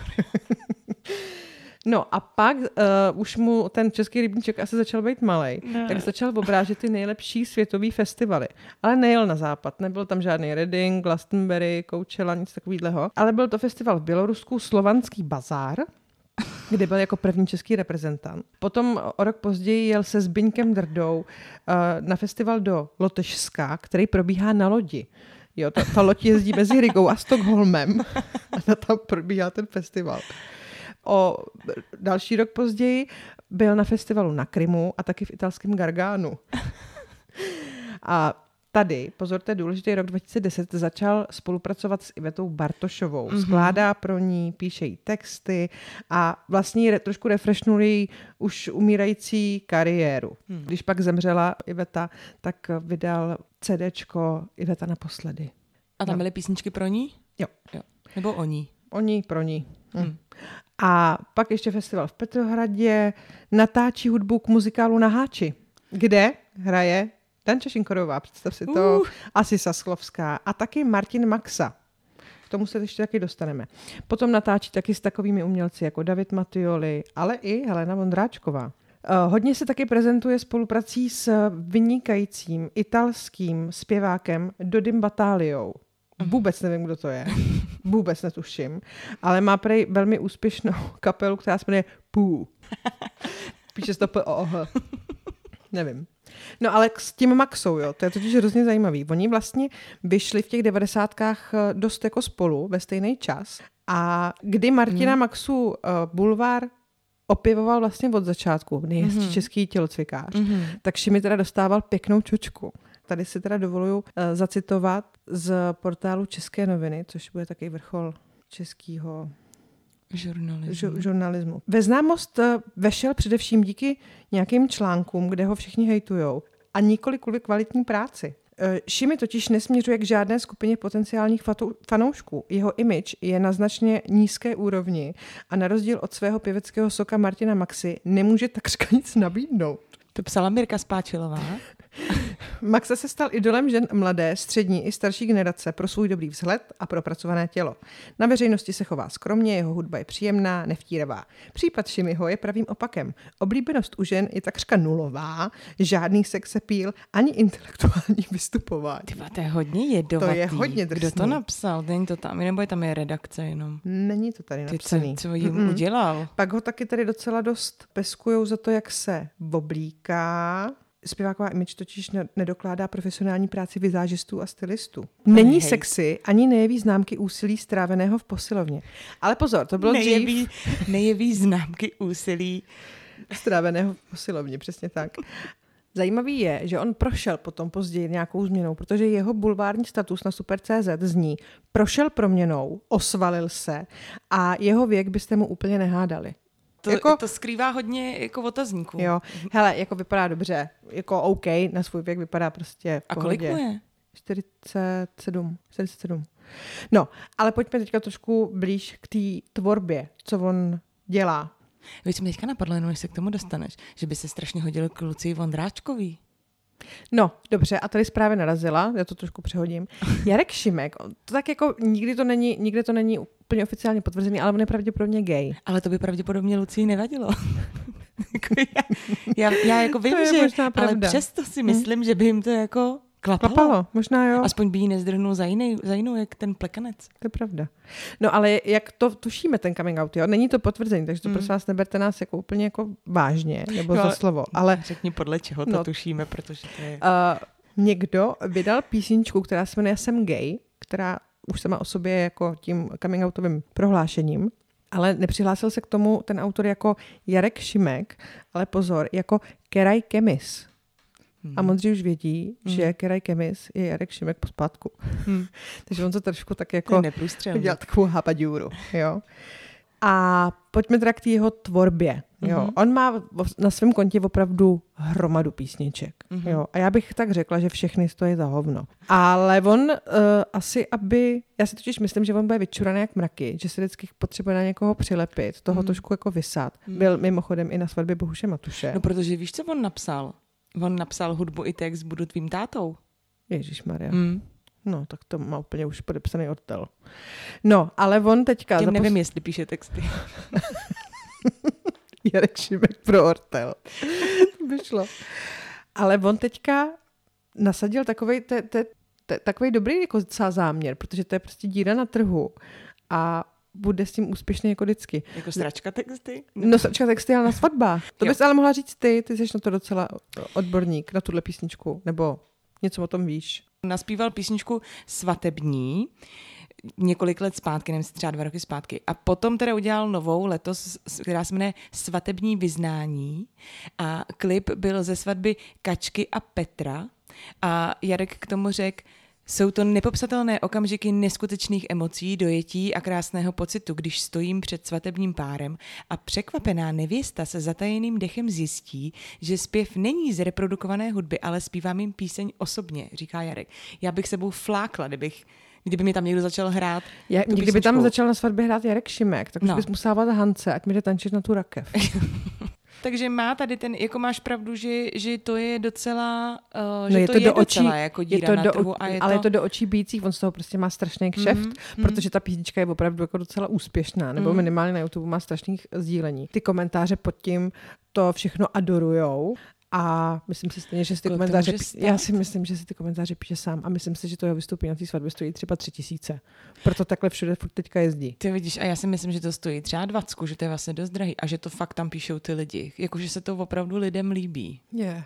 No a pak uh, už mu ten český rybníček asi začal být malej, ne. tak začal obrážet ty nejlepší světový festivaly. Ale nejel na západ, nebyl tam žádný Reading, Glastonbury, Coachella, nic takového. Ale byl to festival v Bělorusku, Slovanský bazár, kde byl jako první český reprezentant. Potom o rok později jel se Zbyňkem Drdou uh, na festival do Lotyšska, který probíhá na lodi. Jo, ta, ta loď jezdí mezi Rigou a Stockholmem a tam probíhá ten festival. O další rok později byl na festivalu na Krymu a taky v italském Gargánu. A tady, pozor, to je důležitý, rok dva tisíce deset začal spolupracovat s Ivetou Bartošovou. Mm-hmm. Skládá pro ní, píše jí texty a vlastně re, trošku refreshnul její už umírající kariéru. Mm. Když pak zemřela Iveta, tak vydal CDčko Iveta naposledy. A tam no. byly písničky pro ní? Jo. jo. Nebo o ní? O ní, pro ní. Hm. Mm. A pak ještě festival v Petrohradě, natáčí hudbu k muzikálu Na háči, kde hraje Danča Šinkorová, představ si to, uh. Asisa Sklovská a taky Martin Maxa. K tomu se ještě taky dostaneme. Potom natáčí taky s takovými umělci jako David Mattioli, ale i Helena Vondráčková. Uh, hodně se taky prezentuje spoluprací s vynikajícím italským zpěvákem Dodim Batáliou. Vůbec nevím, kdo to je. Vůbec netuším. Ale má prej velmi úspěšnou kapelu, která se jmenuje Pooh. Píše se to P O H. Nevím. No ale s tím Maxou, jo, to je totiž hrozně zajímavý. Oni vlastně vyšli v těch devadesátkách dost jako spolu ve stejný čas. A kdy Martina hmm. Maxu uh, Bulvár opěvoval vlastně od začátku, nejhezčí hmm. český tělocvikář, hmm. tak Šimi teda dostával pěknou čočku. Tady si teda dovoluju uh, zacitovat z portálu České noviny, což bude taky vrchol českého žurnalismu. Žu, žurnalismu. Ve známost uh, vešel především díky nějakým článkům, kde ho všichni hejtujou a nikoli kvůli kvalitní práci. Uh, Šimi totiž nesměřuje k žádné skupině potenciálních fatou, fanoušků. Jeho image je na značně nízké úrovni a na rozdíl od svého pěveckého soka Martina Maxy nemůže takřka nic nabídnout. To psala Mirka Spáčilová. Maxa se stal idolem žen mladé, střední i starší generace pro svůj dobrý vzhled a propracované tělo. Na veřejnosti se chová skromně, jeho hudba je příjemná, nevtíravá. Případ Šimiho je pravým opakem. Oblíbenost u žen je takřka nulová, žádný sex appeal, ani intelektuální vystupování. Tyba, to je hodně jedovatý. To je hodně drsný. Kdo to napsal? Není to tam, nebo je tam je redakce jenom? Není to tady napsaný. Ty, co, co jim Mm-mm. udělal? Pak ho taky tady docela dost peskujou za to, jak se oblíká. Zpěváková image totiž nedokládá profesionální práci vizážistů a stylistů. Není Hej. sexy, ani nejeví známky úsilí stráveného v posilovně. Ale pozor, to bylo nejeví, dřív. Nejeví známky úsilí stráveného v posilovně, přesně tak. Zajímavý je, že on prošel potom později nějakou změnou, protože jeho bulvární status na Super tečka cé zet zní: prošel proměnou, osvalil se a jeho věk byste mu úplně nehádali. To, jako, to skrývá hodně jako otazníků. Jo, hele, jako vypadá dobře, jako OK, na svůj věk vypadá prostě v A kolik mu je? čtyřicet sedm. čtyřicet sedm. No, ale pojďme teďka trošku blíž k té tvorbě, co on dělá. Víš, co mě teďka napadlo, jenom než se k tomu dostaneš, že by se strašně hodil k Lucii Vondráčkový. No, dobře, a tady zprávě narazila, já to trošku přehodím. Jarek Šimek, to tak jako nikdy to není, nikdy to není úplně oficiálně potvrzený, ale on je pravděpodobně gay. Ale to by pravděpodobně Lucii nevadilo. já, já, já jako vím, že, ale přesto si myslím, hmm. že by jim to jako klapalo. Klapalo, možná jo. Aspoň by jí nezdrhnul za, jiný, za jinou, jak ten plekanec. To je pravda. No ale jak to tušíme, ten coming out, jo? Není to potvrzení, takže to mm. prosím vás neberte nás jako úplně jako vážně, nebo no, za slovo. Ale řekni podle čeho to no, tušíme, protože to je... Uh, někdo vydal písničku, která se jmenuje Jsem gay, která už sama o sobě jako tím coming outovým prohlášením, ale nepřihlásil se k tomu ten autor jako Jarek Šimek, ale pozor, jako Keraj Kemis. Hmm. A modří už vědí, hmm. že Keraj Kemis je Jarek Šimek pospátku. Hmm. Takže on to trošku tak jako udělal takovou hapaďůru. Jo. A pojďme teda k té jeho tvorbě. Jo. Mm-hmm. On má na svém kontě opravdu hromadu písniček. Mm-hmm. Jo. A já bych tak řekla, že všechny stojí za hovno. Ale on uh, asi, aby... Já si totiž myslím, že on bude vyčuraný jak mraky, že se vždycky potřebuje na někoho přilepit, toho mm-hmm. trošku jako vysát. Mm-hmm. Byl mimochodem i na svatbě Bohuše Matuše. No protože víš, co on napsal? On napsal hudbu i text Budu tvým tátou. Ježišmarja. Mm. No, tak to má úplně už podepsaný odtel. No, ale on teďka... Tím nevím, zapos... jestli píše texty. Jarek Šimek pro Ortel. To by šlo. Ale on teďka nasadil takovej, te, te, te, takovej dobrý jako záměr, protože to je prostě díra na trhu a bude s tím úspěšný jako vždycky. Jako sračka texty? No sračka texty, ale na svatbách. To bys ale mohla říct ty, ty jsi na to docela odborník, na tuhle písničku, nebo něco o tom víš. Naspíval písničku Svatební několik let zpátky, nevím, třeba dva roky zpátky. A potom teda udělal novou letos, která se jmenuje Svatební vyznání. A klip byl ze svatby Kačky a Petra. A Jarek k tomu řekl, jsou to nepopsatelné okamžiky neskutečných emocí, dojetí a krásného pocitu, když stojím před svatebním párem a překvapená nevěsta se zatajeným dechem zjistí, že zpěv není z reprodukované hudby, ale zpívám jim píseň osobně, říká Jarek. Já bych sebou flákla, kdybych kdyby mi tam někdo začal hrát. Já, kdyby tam začal na svatbě hrát Jarek Šimek, tak už no. bys musela dát Hance, ať mi jde tančit na tu rakev. Takže má tady ten, jako máš pravdu, že, že to je docela, uh, no že je to, to je do docela očí, jako díra je to na do, trhu. A je ale to... je to do očí bíjících, on z toho prostě má strašný kšeft, mm-hmm. protože ta písnička je opravdu jako docela úspěšná, nebo mm. minimálně na YouTube má strašných sdílení. Ty komentáře pod tím to všechno adorujou. A myslím si stejně, že si ty Kolik komentáře, pí... já si myslím, že si ty komentáře píše sám a myslím si, že to jeho vystoupení na té svatbě stojí třeba tři tisíce. Proto takhle všude furt teďka jezdí. Ty vidíš, a já si myslím, že to stojí třeba dvacku, že to je vlastně dost drahý a že to fakt tam píšou ty lidi. Jakože se to opravdu lidem líbí. Yeah.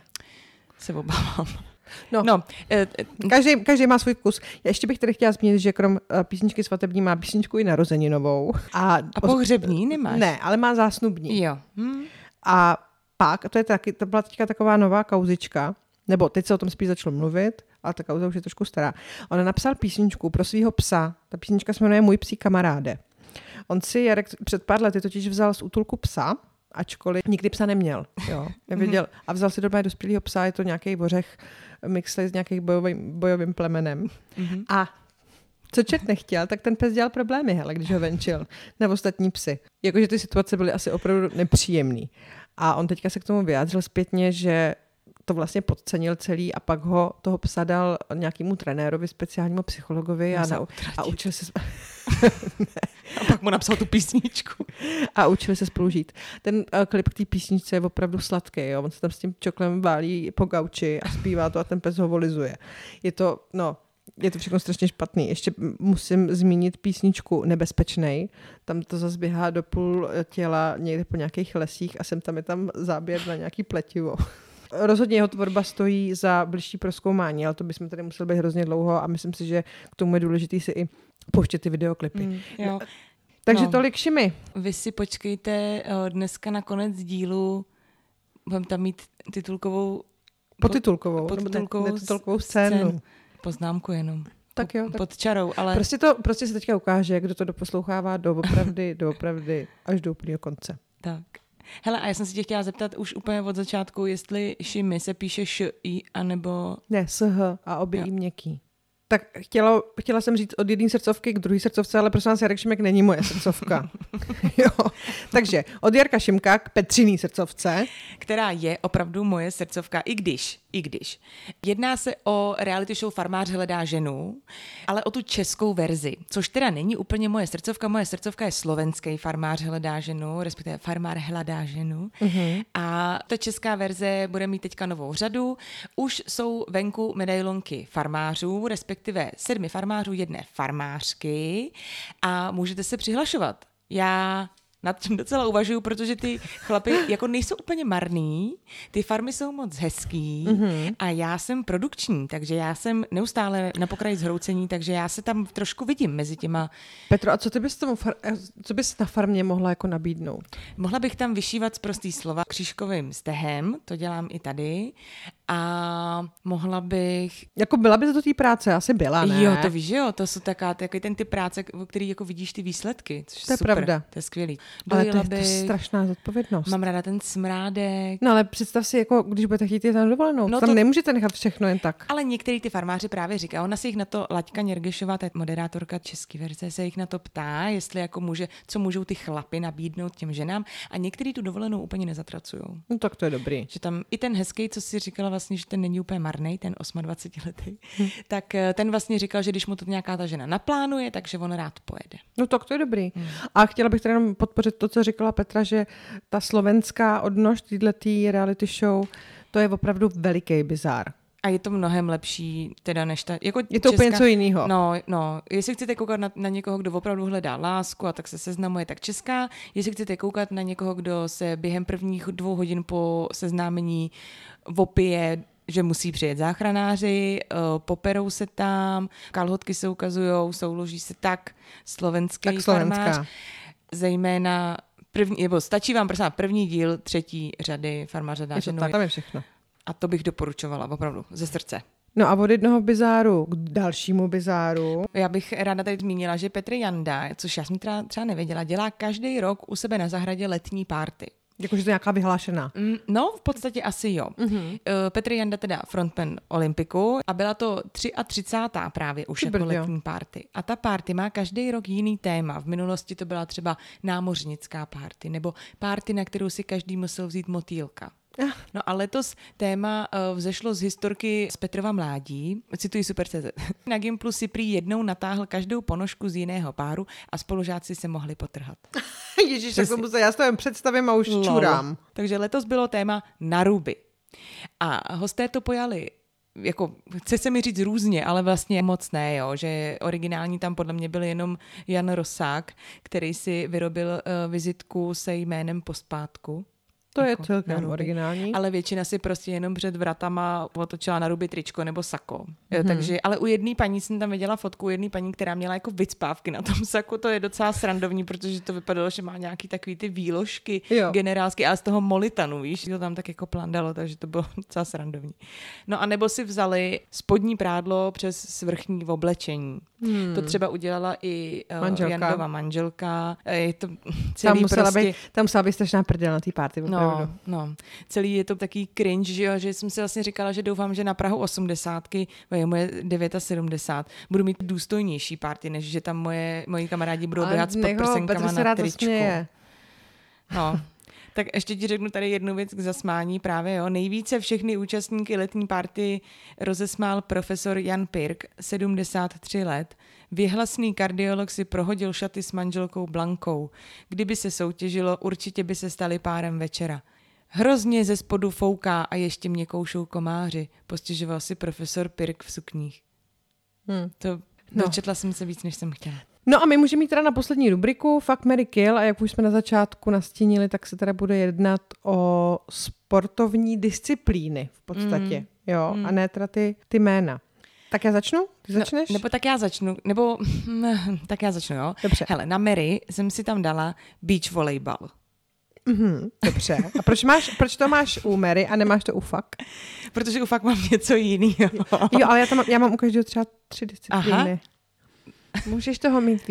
Se obávám. No, no eh, každý, každý má svůj vkus. Já ještě bych tady chtěla zmínit, že krom písničky svatební má písničku i narozeninovou. A, a pohřební nemáš? Ne, ale má zásnubní. Jo. Hm. A pak, to je taky, to byla teďka taková nová kauzička, nebo teď se o tom spíš začalo mluvit, ale ta kauza už je trošku stará. On napsal písničku pro svého psa. Ta písnička se jmenuje Můj psí kamaráde. On si Jarek před pár lety totiž vzal z útulku psa, ačkoliv nikdy psa neměl. Jo, nevěděl. A vzal si do dospělého psa, je to nějaký ořech mixlej s nějakým bojovým, bojovým plemenem. Mm-hmm. A co čert nechtěl, tak ten pes dělal problémy, hele, když ho venčil na ostatní psy. Jakože ty situace byly asi opravdu nepříjemné. A on teďka se k tomu vyjádřil zpětně, že to vlastně podcenil celý a pak ho toho psa dal nějakému trenérovi, speciálnímu psychologovi a, na, a učil se... a pak mu napsal tu písničku. A učili se spolu žít. Ten uh, klip k té písničce je opravdu sladký. Jo? On se tam s tím čoklem válí po gauči a zpívá to a ten pes ho volizuje. Je to, no... Je to všechno strašně špatný. Ještě musím zmínit písničku Nebezpečnej. Tam to zase běhá do půl těla někde po nějakých lesích a sem tam je tam záběr na nějaký pletivo. Rozhodně jeho tvorba stojí za bližší prozkoumání, ale to bychom tady museli být hrozně dlouho a myslím si, že k tomu je důležitý si i pouštět ty videoklipy. Mm, jo. Takže no, tolik Šimi. Vy si počkejte dneska na konec dílu, budeme tam mít titulkovou... Potitulkovou. Potitulkovou, ne, netitulkovou scénu. scénu. Poznámku jenom. Tak jo. Tak pod čarou, ale... Prostě, to, prostě se teďka ukáže, kdo to doposlouchává doopravdy, doopravdy až do úplného konce. Tak. Hele, a já jsem si tě chtěla zeptat už úplně od začátku, jestli Šimi se píše š, i, anebo... Ne, s, h a obě i měkký. Tak chtěla, chtěla jsem říct od jedné srdcovky k druhé srdcovce, ale prosím vás, Jarek Šimek není moje srdcovka. Jo. Takže od Jarka Šimka k Petřiný srdcovce. Která je opravdu moje srdcovka, i když, i když. Jedná se o reality show Farmář hledá ženu, ale o tu českou verzi, což teda není úplně moje srdcovka. Moje srdcovka je slovenský Farmář hledá ženu, respektive Farmář hledá ženu. Mm-hmm. A ta česká verze bude mít teďka novou řadu. Už jsou venku medailonky farmářů, respektive sedmi farmářů, jedné farmářky a můžete se přihlašovat. Já nad tím docela uvažuju, protože ty chlapy jako nejsou úplně marný, ty farmy jsou moc hezký mm-hmm. a já jsem produkční, takže já jsem neustále na pokraji zhroucení, takže já se tam trošku vidím mezi těma. Petro, a co ty bys tomu far- co bys na farmě mohla jako nabídnout? Mohla bych tam vyšívat z prostý slova křížkovým stehem, to dělám i tady, a mohla bych... Jako byla by to té práce? Asi byla, ne? Jo, to víš, jo, to jsou taká, takový ten typ práce, o který jako vidíš ty výsledky, což to je super, pravda. To je skvělý. Ale to je, to je strašná zodpovědnost. Mám ráda ten smrádek. No ale představ si, jako když budete chtít jít tam dovolenou, no tam to... nemůžete nechat všechno jen tak. Ale některý ty farmáři právě říkají, ona se jich na to, Laďka Něrgešová, ta moderátorka české verze, se jich na to ptá, jestli jako může, co můžou ty chlapy nabídnout těm ženám, a některý tu dovolenou úplně nezatracujou. No tak to je dobrý. Že tam i ten hezký, co si říkala vlastně, že ten není úplně marnej, ten osmadvacetiletý, hm. tak ten vlastně říkal, že když mu to nějaká ta žena naplánuje, takže on rád pojede. No tak to je dobrý. Hm. A chtěla bych teda jenom podpořit to, co říkala Petra, že ta slovenská odnož této reality show, to je opravdu veliký bizár. A je to mnohem lepší, teda než ta... Jako je to česká, úplně něco jiného. No, no, jestli chcete koukat na, na někoho, kdo opravdu hledá lásku a tak se seznamuje, tak česká. Jestli chcete koukat na někoho, kdo se během prvních dvou hodin po seznámení opije, že musí přijet záchranáři, poperou se tam, kalhotky se ukazujou, souloží se, tak slovenský tak farmář. Zejména první, nebo stačí vám prosím první díl třetí řady Farmář hledá ženu. Tak, tam je všechno. A to bych doporučovala, opravdu, ze srdce. No a od jednoho bizáru k dalšímu bizáru. Já bych ráda tady zmínila, že Petr Janda, což já jsem třeba, třeba nevěděla, dělá každý rok u sebe na zahradě letní párty. Jakože to je nějaká vyhlášená. Mm, no, v podstatě asi jo. Mm-hmm. Uh, Petr Janda teda frontman Olympiku a byla to třicátá tři právě už jako letní párty. A ta párty má každý rok jiný téma. V minulosti to byla třeba námořnická párty nebo párty, na kterou si každý musel vzít motýlka. No a letos téma uh, vzešlo z historky z Petrova mládí, cituji Super tečka cé zet. Na Gimplu si prý jednou natáhl každou ponožku z jiného páru a spolužáci se mohli potrhat. Ježíš, tak tomu se já stavím představím a už Lolo. čurám. Takže letos bylo téma naruby. A hosté to pojali jako, chce se mi říct různě, ale vlastně moc ne, jo, že originální tam podle mě byl jenom Jan Rosák, který si vyrobil uh, vizitku se jménem Pospátku. To jako je celkem originální. Ale většina si prostě jenom před vratama otočila na ruby tričko nebo sako. Mm-hmm. Jo, takže, ale u jedné paní jsem tam viděla fotku, u jedné paní, která měla jako vycpávky na tom saku, to je docela srandovní, protože to vypadalo, že má nějaký takový ty výložky jo. generálsky, ale z toho molitanu, víš, to tam tak jako plandalo, takže to bylo docela srandovní. No a nebo si vzali spodní prádlo přes svrchní oblečení. Hmm. To třeba udělala i uh, manželka. Jandova manželka. Je to celý tam musela prostě... být, tam musela být strašná prdel na té party. No, no, celý je to taký cringe, že, jo, že jsem si vlastně říkala, že doufám, že na prahu osmdesátky, je moje sedmdesát devět, budu mít důstojnější party, než že tam moje, moji kamarádi budou běhat s podprsenkama na tričku. No, tak ještě ti řeknu tady jednu věc k zasmání právě, jo. Nejvíce všechny účastníky letní party rozesmál profesor Jan Pirk, sedmdesát tři let. Věhlasný kardiolog si prohodil šaty s manželkou Blankou. Kdyby se soutěžilo, určitě by se stali párem večera. Hrozně ze spodu fouká a ještě mě koušou komáři, postěžoval si profesor Pirk v sukních. Hmm. To no. Dočetla jsem se víc, než jsem chtěla. No a my můžeme jít teda na poslední rubriku Fuck, Marry, Kill, a jak už jsme na začátku nastínili, tak se teda bude jednat o sportovní disciplíny v podstatě, mm. jo, mm. a ne teda ty, ty jména. Tak já začnu? Ty začneš? No, nebo tak já začnu, nebo tak já začnu, jo. Dobře. Hele, na Mary jsem si tam dala beach volejbal. Mm-hmm, dobře. A proč, máš, proč to máš u Mary a nemáš to u Fuck? Protože u Fuck mám něco jiného. Jo, ale já, tam, já mám u každého třeba tři disciplíny. Aha. Můžeš toho mít víc.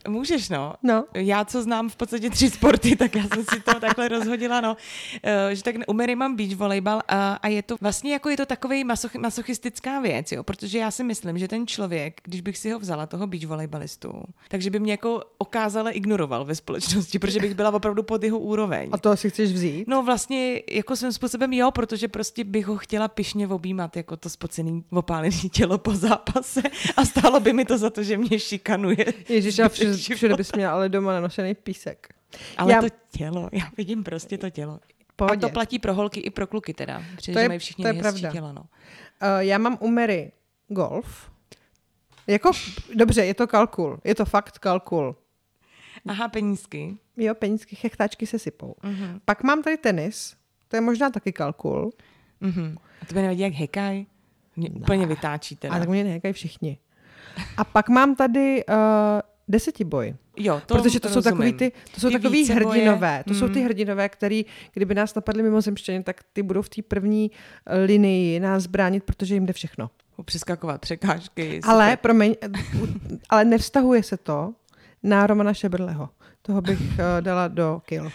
Můžeš, no. No. Já, co znám v podstatě tři sporty, tak já jsem si to takhle rozhodila, no. Uh, že tak u Mary mám beach volejbal a, a je to vlastně jako je to takovej masoch, masochistická věc, jo, protože já si myslím, že ten člověk, když bych si ho vzala, toho beach volejbalistu, takže by mě jako okázale ignoroval ve společnosti, protože bych byla opravdu pod jeho úroveň. A to si chceš vzít? No vlastně jako svým způsobem jo, protože prostě bych ho chtěla pyšně objímat jako to spocený opálený tělo po zápase a stálo by mi to za to, že mě šikanuje. Ježiš, a všude, všude bys měla ale doma nanošený písek. Ale já... to tělo, já vidím prostě to tělo. Pohodě. A to platí pro holky i pro kluky teda, protože to je, mají všichni to je nejhezčí pravda. tělo. No. Uh, já mám u Mary golf. Jako, dobře, je to kalkul. Je to fakt kalkul. Aha, penízky. Jo, penízky, chechtáčky se sypou. Uh-huh. Pak mám tady tenis. To je možná taky kalkul. Uh-huh. A to by nevadí, jak hekaj. Mě no. úplně vytáčí teda. A tak mě nehekají všichni. A pak mám tady uh, desetiboj. Jo, to protože to rozumím. jsou takový ty, to jsou ty takový hrdinové. To mm. jsou ty hrdinové, který, kdyby nás napadli mimozemštěni, tak ty budou v té první linii nás bránit, protože jim jde všechno. Přeskakovat překážky. Ale, promiň, ale nevztahuje se to na Romana Šebrleho. Toho bych uh, dala do kill.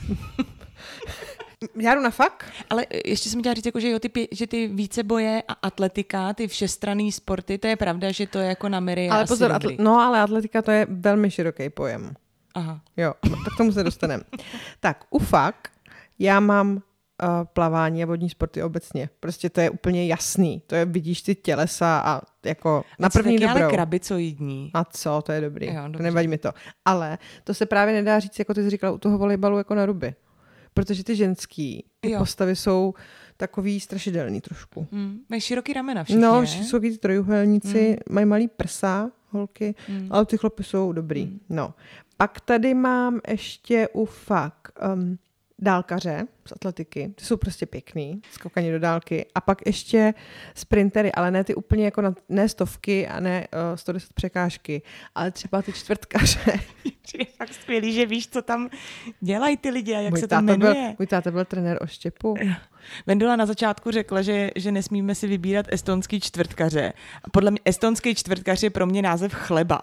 Já jdu na fakt? Ale ještě jsem chtěla říct, jako, že, jo, ty, pě- že ty víceboje a atletika, ty všestranný sporty, to je pravda, že to je jako na Mary Ale asi pozor, dobrý. atl- no ale atletika to je velmi široký pojem. Aha. Jo, tak k tomu se dostaneme. Tak, u fakt já mám uh, plavání a vodní sporty obecně. Prostě to je úplně jasný. To je, vidíš ty tělesa a jako na a první taky dobrou. ale krabicoidní. A co, to je dobrý. Jo, to nevadí mi to. Ale to se právě nedá říct, jako ty jsi říkala u toho volejbalu, jako na ruby. Protože ty ženský, ty jo. postavy jsou takový strašidelný trošku. Hmm. Mají široký ramena všichni, No, ne? jsou ty trojuhelníci, hmm. mají malý prsa, holky, hmm. ale ty chlapy jsou dobrý. Hmm. No. Pak tady mám ještě u fakt um, dálkaře z atletiky. Ty jsou prostě pěkný, skokání do dálky. A pak ještě sprintery, ale ne ty úplně jako na, ne stovky a ne uh, sto deset překážky, ale třeba ty čtvrtkaře. Je fakt skvělý, že víš, co tam dělají ty lidi a jak můj se to jmenuje. Byl, můj táta byl trenér oštěpu. Vendula na začátku řekla, že, že nesmíme si vybírat estonský čtvrtkaře. A podle mě estonský čtvrtkař je pro mě název chleba.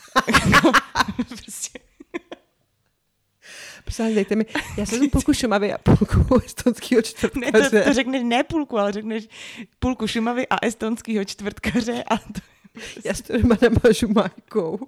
prostě. Prosím, dejte mi, já jsem půlku Šumavy a půlku estonského čtvrtkaře. Ne, to, to řekneš ne půlku, ale řekneš půlku Šumavy a estonského čtvrtkaře. A to... Já si to doma namažu májkou.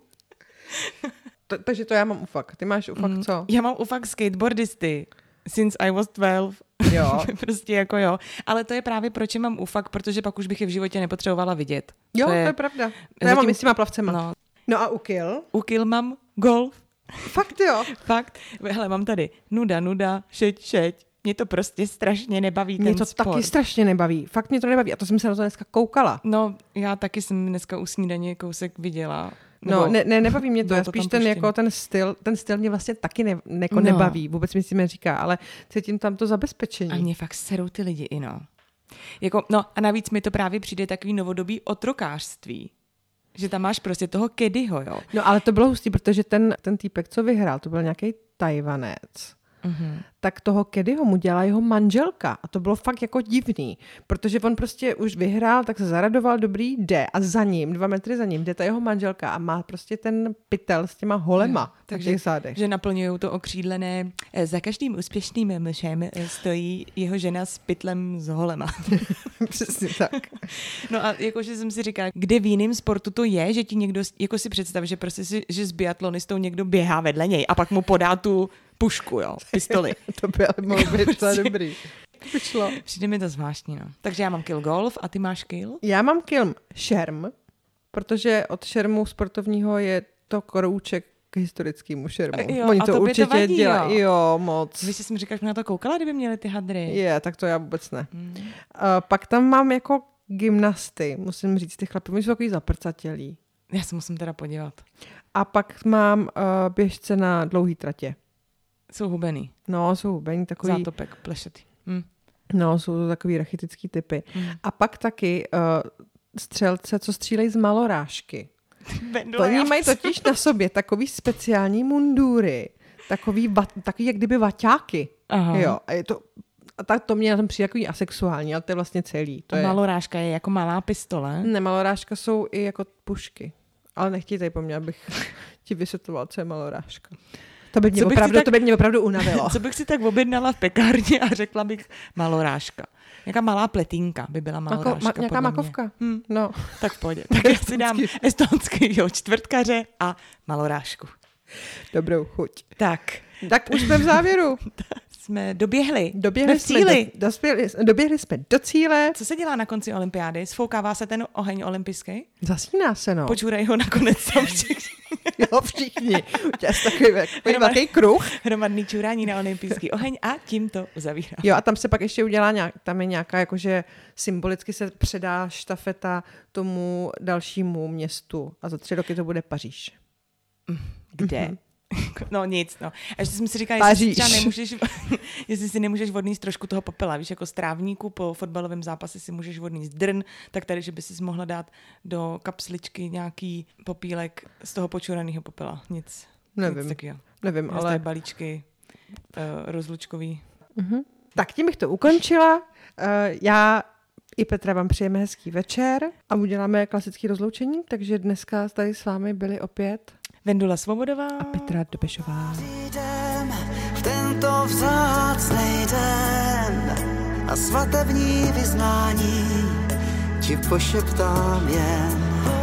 To, takže to já mám u fakt. Ty máš u fakt mm, co? Já mám u fakt skateboardisty. Since I was twelve. Jo. prostě jako jo. Ale to je právě proč je mám u fakt, protože pak už bych je v životě nepotřebovala vidět. Jo, to je, je, to je pravda. To zatím... já mám i s těma plavcema. No. no a u kill? U kill mám golf. Fakt jo. Fakt. Hele, mám tady nuda, nuda, šeť, šeť. Mě to prostě strašně nebaví Mě ten to sport. taky strašně nebaví. Fakt mě to nebaví. A to jsem se na to dneska koukala. No, já taky jsem dneska u snídaně kousek viděla. No, ne, ne, nebaví mě to. Já to spíš tam ten, puštím. jako, ten styl, ten styl mě vlastně taky ne, jako no. nebaví. Vůbec mi si neříká, ale cítím tam to zabezpečení. A mě fakt serou ty lidi i no. Jako, no a navíc mi to právě přijde takový novodobý otrokářství. Že tam máš prostě toho Kedyho, jo. No ale to bylo hustý, protože ten, ten týpek, co vyhrál, to byl nějaký Tajvanec. Mm-hmm. Tak toho Kedyho mu dělá jeho manželka a to bylo fakt jako divný, protože on prostě už vyhrál, tak se zaradoval, dobrý, jde a za ním, dva metry za ním, jde ta jeho manželka a má prostě ten pytel s těma holema jo, takže, že naplňují to okřídlené, za každým úspěšným mužem stojí jeho žena s pytlem s holema. Přesně tak. No a jakože jsem si říkala, kde v jiném sportu to je, že ti někdo, jako si představ, že prostě si, že s biatlonistou někdo běhá vedle něj a pak mu podá tu pušku, jo, pistoli. To by ale mohlo být docela dobrý. Vyšlo. Přijde mi to zvláštní, no. Takže já mám kill golf a ty máš kill? Já mám kill šerm, protože od šermu sportovního je to korouček k historickému šermu. Jo, Oni a to tobě určitě to vadí, dělají. Jo. jo, moc. Víš, že jsi mi říkal, že na to koukala, kdyby měli ty hadry. Je, tak to já vůbec ne. Hmm. Uh, pak tam mám jako gymnasty, musím říct, ty chlapi, oni jsou takový zaprcatělí. Já se musím teda podívat. A pak mám uh, běžce na dlouhý tratě. Jsou hubený. No, jsou hubení takový. Zátopek, plešetý. Hm. No, jsou to takový rachitický typy. Hmm. A pak taky uh, střelce, co střílejí z malorážky. Oni mají totiž na sobě takový speciální mundury, takový, vat, takový jak kdyby vaťáky. Aha. Jo, a je to, a tak to mě na tom přijde takový asexuální, ale to je vlastně celý. To a je... malorážka je jako malá pistole? Ne, malorážka jsou i jako pušky. Ale nechtěj tady po mně, abych ti vysvětloval, co je malorážka. To by mě, Co bych si opravdu, tak- to by mě opravdu unavilo. Co bych si tak objednala v pekárně a řekla bych malorážka. Nějaká malá pletínka by byla malorážka. Mako, ma, nějaká podle makovka. Mě. Hm, No. tak v pohodě. Tak já si dám estonský jo, čtvrtkaře a malorážku. Dobrou chuť. Tak. Tak už jsme v závěru. Jsme doběhli. Doběhli jsme jsme, v cíli. do, dospěli, doběhli jsme do cíle. Co se dělá na konci olympiády? Sfoukává se ten oheň olympijský? Zasíná se, no. Počůrají ho nakonec tam všichni. Jo, všichni. Uděláš takový, takový velký kruh. Hromadný čurání na olympijský oheň a tím to uzavírá. Jo, a tam se pak ještě udělá nějak, tam je nějaká, jakože symbolicky se předá štafeta tomu dalšímu městu a za tři roky to bude Paříž. Kde? Mm-hmm. No nic, no. A ještě jsem si říkala, jestli si, třeba nemůžeš, jestli si nemůžeš odníst trošku toho popela, víš, jako z trávníku po fotbalovém zápase si můžeš odníst drn, tak tady, že by si mohla dát do kapsličky nějaký popílek z toho počuraného popela. Nic. Nevím, nic takyho. nevím, ale... ale... balíčky uh, rozlučkový. Uh-huh. Tak tím bych to ukončila. Uh, já i Petra vám přejeme hezký večer a uděláme klasické rozloučení, takže dneska tady s vámi byli opět Vendula Svobodová a Petra Dobešová. V tento vzácnej den a svatební vyznání ti pošeptám jen.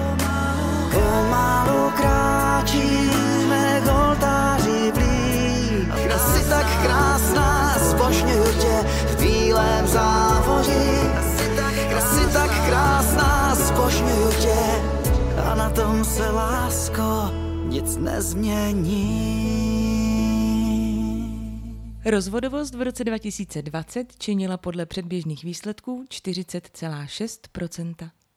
Pomalu kráčíme k oltáři blíž a jsi tak krásná, zbožňuju tě v bílém závoří. A jsi tak krásná, zbožňuju tě a na tom se, lásko, nic nezmění. Rozvodovost v roce dva tisíce dvacet činila podle předběžných výsledků čtyřicet celá šest procenta.